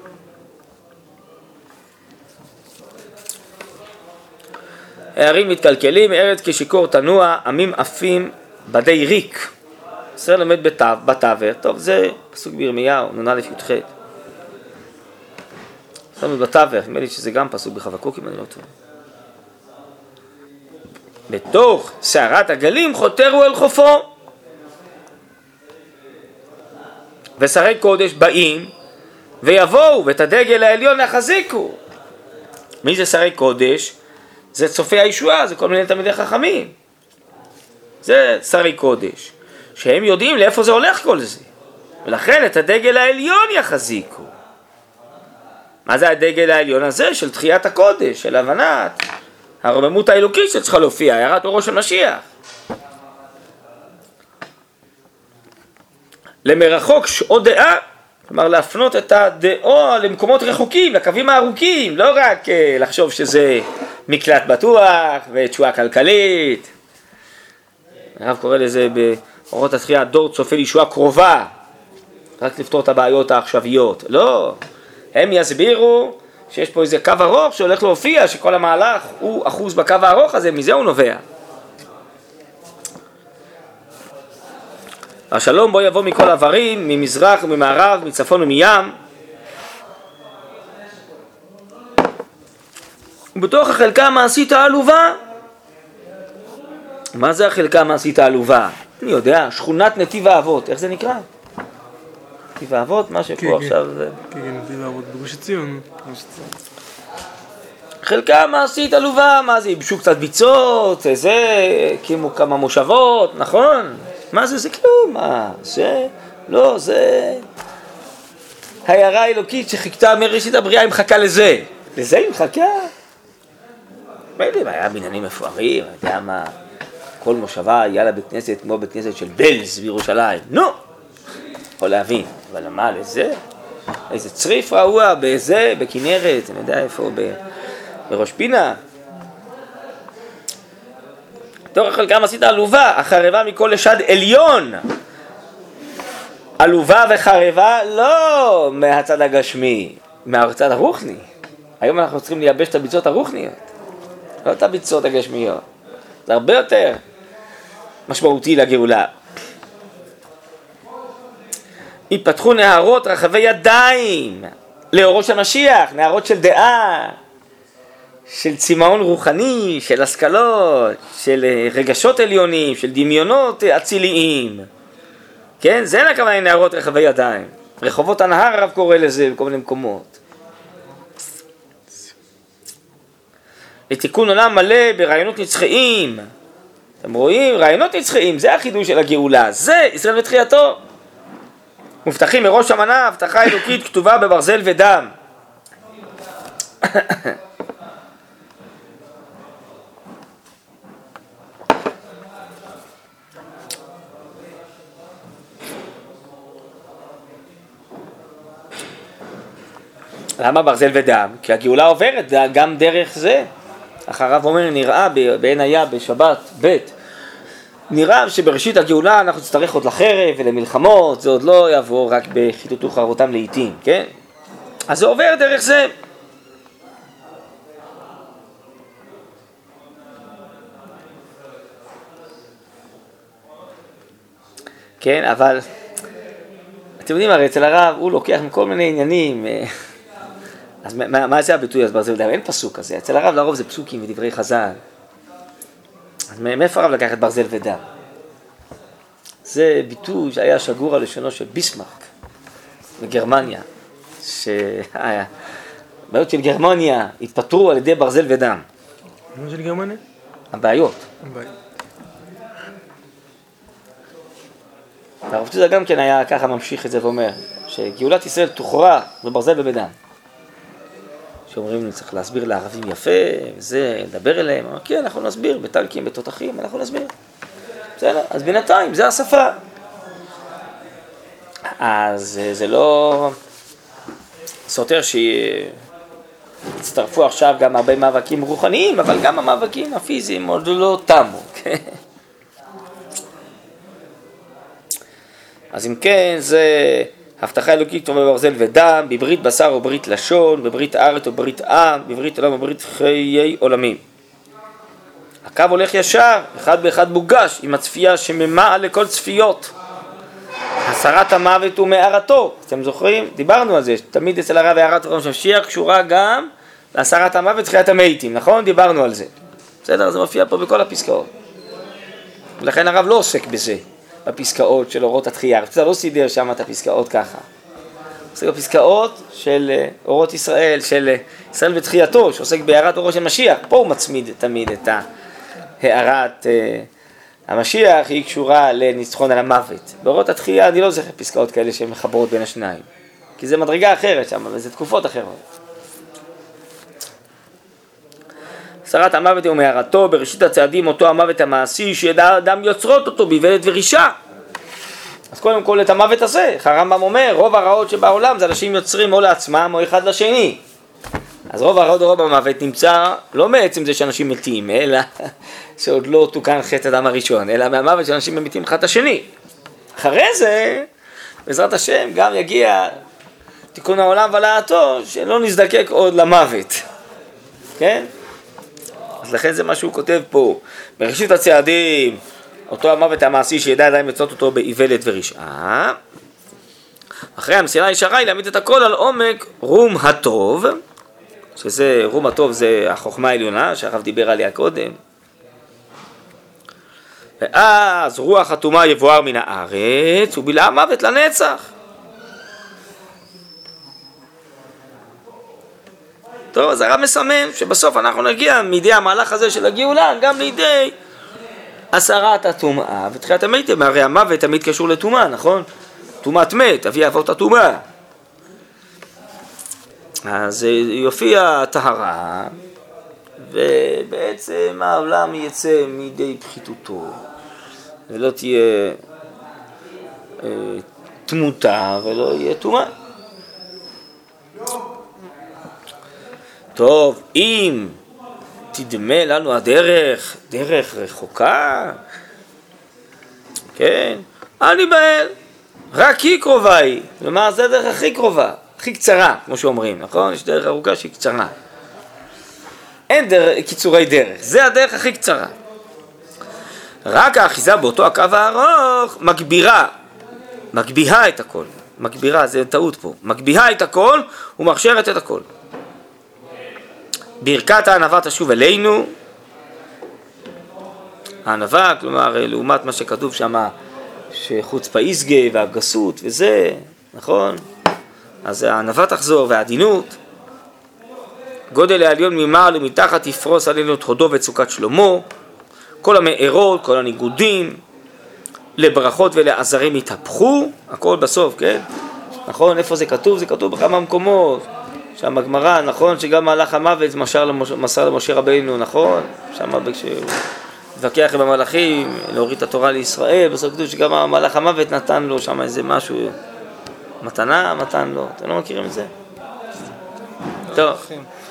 הערים מתקלקלים, ארץ כשיקור תנוע, עמים עפים בדי ריק. ישראל לומד בתוור, טוב זה פסוק בירמיהו, נ"א י"ח. ישראל לומד בתוור, נדמה לי שזה גם פסוק בחבקוק אם אני לא טועה. בתוך סערת הגלים חותרו אל חופו. ושרי קודש באים ויבואו ואת הדגל העליון יחזיקו. מי זה שרי קודש? זה צופי הישועה, זה כל מיני תלמידי חכמים. זה שרי קודש, שהם יודעים לאיפה זה הולך כל זה. ולכן את הדגל העליון יחזיקו. מה זה הדגל העליון הזה? של תחיית הקודש, של הבנת הרוממות האלוקית שצריכה להופיע, הערת אורו של משיח. למרחוק שעות דעה, כלומר להפנות את הדעה למקומות רחוקים, לקווים הארוכים, לא רק לחשוב שזה מקלט בטוח ותשועה כלכלית. הרב קורא לזה באורות התחייה, דור צופה לישועה קרובה, רק לפתור את הבעיות העכשוויות. לא, הם יסבירו שיש פה איזה קו ארוך שהולך להופיע, שכל המהלך הוא אחוז בקו הארוך הזה, מזה הוא נובע. השלום בו יבוא מכל עברים, ממזרח וממערב, מצפון ומים. ובתוך החלקה המעשית העלובה. מה זה החלקה המעשית העלובה? אני יודע, שכונת נתיב האבות, איך זה נקרא? נתיב האבות, מה שפה עכשיו זה... כן, נתיב האבות, בגוש עציון. חלקה מעשית עלובה, מה זה? ייבשו קצת ביצות, זה, הקימו כמה מושבות, נכון? מה זה? זה כלום, מה? זה, לא, זה... העיירה האלוקית שחיכתה מראשית הבריאה, היא מחכה לזה. לזה היא מחכה? מה יודעים, היה בניינים מפוארים, אתה יודע מה... כל מושבה היה לה בית כנסת כמו בית כנסת של בלז בירושלים. נו! יכול להבין, אבל מה לזה? איזה צריף רעוע בזה, בכנרת, אני יודע איפה, ב... בראש פינה. תוך החלקה מעשית עלובה, החרבה מכל לשד עליון. עלובה וחרבה לא מהצד הגשמי, מהצד הרוחני. היום אנחנו צריכים לייבש את הביצות הרוחניות, לא את הביצות הגשמיות. זה הרבה יותר משמעותי לגאולה. יפתחו נהרות רחבי ידיים לאורו של משיח, נהרות של דעה, של צמאון רוחני, של השכלות, של רגשות עליונים, של דמיונות אציליים. כן, זה הכוונה נהרות רחבי ידיים. רחובות הנהר הרב קורא לזה בכל מיני מקומות. לתיקון עולם מלא ברעיונות נצחיים. אתם רואים? רעיונות נצחיים, זה החידוש של הגאולה. זה ישראל ותחייתו. מובטחים מראש המנה, הבטחה אלוקית כתובה בברזל ודם. למה ברזל ודם? כי הגאולה עוברת גם דרך זה. אחריו אומר נראה בעין היה בשבת ב' נראה שבראשית הגאולה אנחנו נצטרך עוד לחרב ולמלחמות, זה עוד לא יעבור רק בחיטוט וחרותם לעיתים, כן? אז זה עובר דרך זה. כן, אבל אתם יודעים הרי אצל הרב הוא לוקח מכל מיני עניינים. אז מה, מה זה הביטוי אז ברזל ודם? אין פסוק כזה, אצל הרב לרוב זה פסוקים ודברי חז"ל. אז מאיפה הרב לקח את ברזל ודם? זה ביטוי שהיה שגור על לשונו של ביסמרק בגרמניה, שהבעיות של גרמניה התפתרו על ידי ברזל ודם. מה של גרמניה? הבעיות. הבעיות. הרב צודה גם כן היה ככה ממשיך את זה ואומר שגאולת ישראל תוכרע בברזל ובדם. שאומרים לי צריך להסביר לערבים יפה וזה, לדבר אליהם, אמר כן אנחנו נסביר, בטלקים, בתותחים, אנחנו נסביר. בסדר? אז בינתיים, זה השפה. אז זה לא סותר שהצטרפו עכשיו גם הרבה מאבקים רוחניים, אבל גם המאבקים הפיזיים עוד לא תמו. אז אם כן, זה הבטחה אלוקית טובה ברזל ודם, בברית בשר או ברית לשון, בברית ארץ או ברית עם, בברית עולם או ברית חיי עולמים. הקו הולך ישר, אחד באחד מוגש, עם הצפייה שממה לכל צפיות. הסרת המוות ומערתו, אתם זוכרים? דיברנו על זה, תמיד אצל הרב הערת רב שמשיח קשורה גם להסרת המוות ותחיית המתים, נכון? דיברנו על זה. בסדר, זה מופיע פה בכל הפסקאות. ולכן הרב לא עוסק בזה, בפסקאות של אורות התחייה. זה לא סידר שם את הפסקאות ככה. עוסק בפסקאות של אורות ישראל, של ישראל בתחייתו, שעוסק בהערת אורו של משיח. פה הוא מצמיד תמיד את הערת המשיח, היא קשורה לניצחון על המוות. באורות התחייה אני לא זוכר פסקאות כאלה שהן מחברות בין השניים. כי זה מדרגה אחרת שם, וזה תקופות אחרות. הסרת המוות ומערתו, בראשית הצעדים אותו המוות המעשי שידע האדם יוצרות אותו באיוולת ורישה. אז קודם כל את המוות הזה, הרמב"ם אומר, רוב הרעות שבעולם זה אנשים יוצרים או לעצמם או אחד לשני. אז רוב הרעות ורוב המוות נמצא לא מעצם זה שאנשים מתים, אלא שעוד לא תוקן חטא אדם הראשון, אלא מהמוות שאנשים מתים אחד השני. אחרי זה, בעזרת השם, גם יגיע תיקון העולם ולעתו, שלא נזדקק עוד למוות. כן? אז לכן זה מה שהוא כותב פה. בראשית הצעדים, אותו המוות המעשי שידע עדיין מצות אותו באיוולת ורשעה. אחרי המסילה הישרה היא להעמיד את הכל על עומק רום הטוב, שזה, רום הטוב זה החוכמה העליונה שהרב דיבר עליה קודם. ואז רוח התומה יבואר מן הארץ ובלעה מוות לנצח. טוב, אז הרב מסמן שבסוף אנחנו נגיע מידי המהלך הזה של הגאולה גם לידי הסרת הטומאה ותחיית המתים. הרי המוות תמיד קשור לטומאה, נכון? טומאת מת, אבי אבות הטומאה. אז יופיע טהרה ובעצם העולם יצא מידי פחיתותו ולא תהיה אה, תמותה ולא יהיה טומאה. טוב, אם תדמה לנו הדרך, דרך רחוקה, כן, אל ניבהל, רק היא קרובה היא, כלומר זה הדרך הכי קרובה, הכי קצרה, כמו שאומרים, נכון? יש דרך ארוכה שהיא קצרה. אין דרך, קיצורי דרך, זה הדרך הכי קצרה. רק האחיזה באותו הקו הארוך מגבירה, מגביהה את הכל, מגבירה, זה טעות פה, מגביהה את הכל ומכשירת את הכל. ברכת הענווה תשוב אלינו, הענווה, כלומר, לעומת מה שכתוב שם, שחוצפה איסגה והגסות וזה, נכון? אז הענווה תחזור והעדינות. גודל העליון ממעל ומתחת יפרוס עלינו את חודו וצוקת שלמה, כל המארות, כל הניגודים, לברכות ולעזרים יתהפכו, הכל בסוף, כן? נכון? איפה זה כתוב? זה כתוב בכמה מקומות. שם הגמרא, נכון, שגם מהלך המוות מסר למשה, מסר למשה רבינו, נכון? שם כשהוא התווכח עם המלאכים, להוריד את התורה לישראל, בסוף כתוב שגם מהלך המוות נתן לו שם איזה משהו, מתנה, מתן לו. אתם לא מכירים את זה? טוב.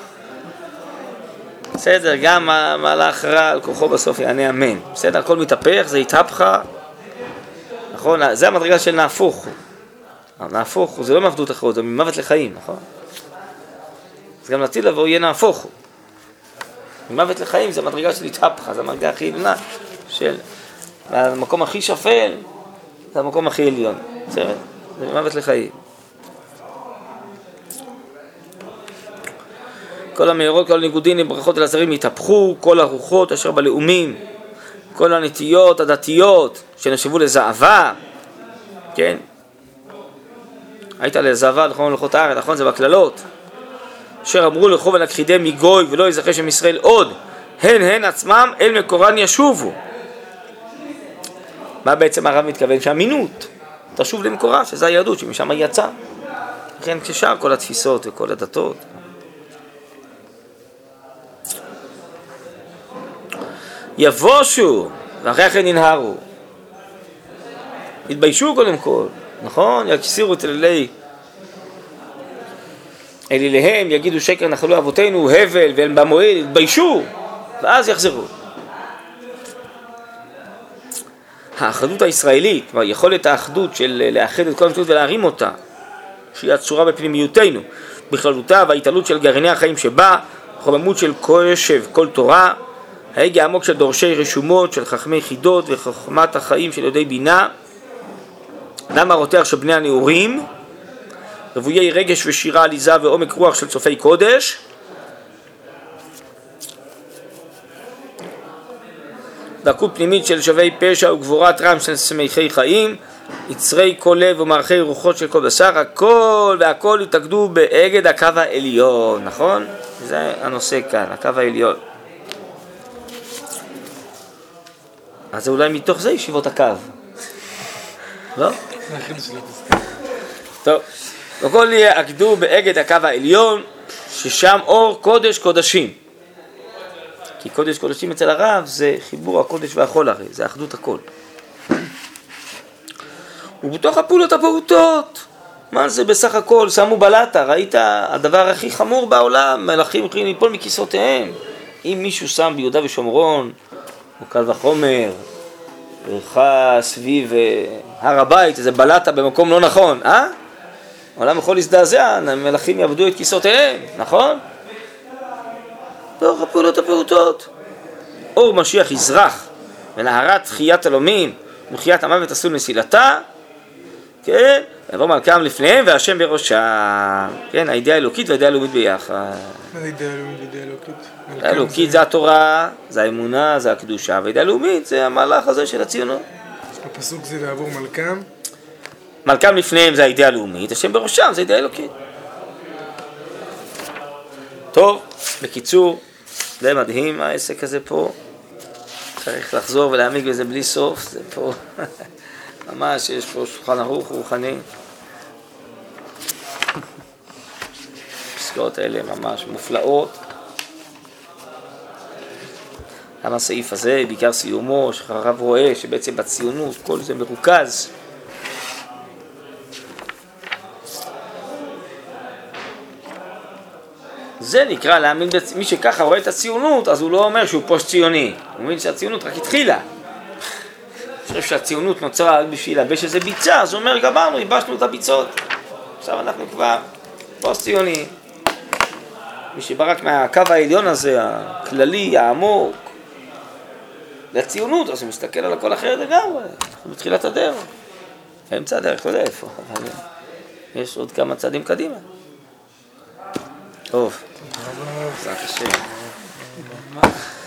בסדר, גם מהלך רע על כוחו בסוף יענה אמן. בסדר, הכל מתהפך, זה יתהפכה. נכון? זה המדרגה של נהפוך. נהפוך, זה לא מעבדות אחרות, זה ממוות לחיים, נכון? אז גם לעתיד לבוא יהיה נהפוך. ממוות לחיים זה המדרגה של התהפכה, זה המדרגה הכי עליונה של המקום הכי שפל, זה המקום הכי עליון. בסדר? זה ממוות לחיים. כל המאורות, כל הניגודים, לברכות ולעזרים יתהפכו, כל הרוחות אשר בלאומים, כל הנטיות הדתיות שנחשבו לזעבה, כן? היית לזעבה, נכון, הלכות הארץ, נכון, זה בכללות. אשר אמרו לכו ונכחידם מגוי ולא יזכה שם ישראל עוד, הן הן עצמם אל מקורן ישובו. מה בעצם הרב מתכוון? שהאמינות תשוב למקורה, שזה היהדות שמשם יצא. לכן כשאר כל התפיסות וכל הדתות. יבושו ואחרי כן ינהרו. התביישו קודם כל, נכון? יסירו את אלילי אליליהם, יגידו שקר נחלו אבותינו, הבל ואין במועד, התביישו, ואז יחזרו. האחדות הישראלית, יכולת האחדות של לאחד את כל המציאות ולהרים אותה, שהיא הצורה בפנימיותנו, בכללותה וההתעלות של גרעיני החיים שבה, חוממות של קשב כל תורה, ההגה העמוק של דורשי רשומות, של חכמי חידות וחוכמת החיים של יודעי בינה, דם הרותח של בני הנאורים, רבויי רגש ושירה עליזה ועומק רוח של צופי קודש, דקות פנימית של שווי פשע וגבורת רם של שמחי חיים, יצרי כל לב ומערכי רוחות של כל בשר, הכל והכל יתאגדו באגד הקו העליון, נכון? זה הנושא כאן, הקו העליון. אז זה אולי מתוך זה ישיבות הקו. לא? טוב, הכל יאגדו באגד הקו העליון, ששם אור קודש קודשים. כי קודש קודשים אצל הרב זה חיבור הקודש והחול הרי, זה אחדות הכל. ובתוך הפעולות הפעוטות, מה זה בסך הכל? שמו בלטה, ראית הדבר הכי חמור בעולם, מלאכים יכולים ליפול מכיסותיהם. אם מישהו שם ביהודה ושומרון, או קל וחומר, סביב הר הבית, איזה בלטה במקום לא נכון, אה? העולם יכול להזדעזע, מלאכים יעבדו את כיסותיהם, נכון? בתוך הפעולות הפעוטות. אור משיח יזרח, ונהרת תחיית אלומים, ומחיית המוות עשו מסילתה, כן, יבוא מלכם לפניהם והשם בראשם, כן, הידיעה האלוקית והידיעה הלאומית ביחד. מה זה הידיעה הלאומית והידיעה האלוקית? הידיעה האלוקית זה התורה, זה האמונה, זה הקדושה, והידיעה הלאומית זה המהלך הזה של הציונות. הפסוק זה לעבור מלכם? מלכם לפניהם זה הידיעה הלאומית, השם בראשם זה הידיעה האלוקית. טוב, בקיצור, זה מדהים העסק הזה פה, צריך לחזור ולהעמיק בזה בלי סוף, זה פה... ממש יש פה שולחן ערוך רוחני. הפסקאות האלה ממש מופלאות. גם הסעיף הזה, בעיקר סיומו, שהרב רואה שבעצם בציונות כל זה מרוכז. זה נקרא להאמין, מי שככה רואה את הציונות, אז הוא לא אומר שהוא פוסט ציוני. הוא מבין שהציונות רק התחילה. חושב שהציונות נוצרה רק בשביל לבש איזה ביצה, אז הוא אומר, גמרנו, ייבשנו את הביצות. עכשיו אנחנו כבר פוסט ציוני. מי שברק מהקו העליון הזה, הכללי, העמוק, לציונות, אז הוא מסתכל על הכל אחרת לגמרי. אנחנו בתחילת הדרך. באמצע הדרך, לא יודע איפה, אבל יש עוד כמה צעדים קדימה. טוב. בעזרת השם.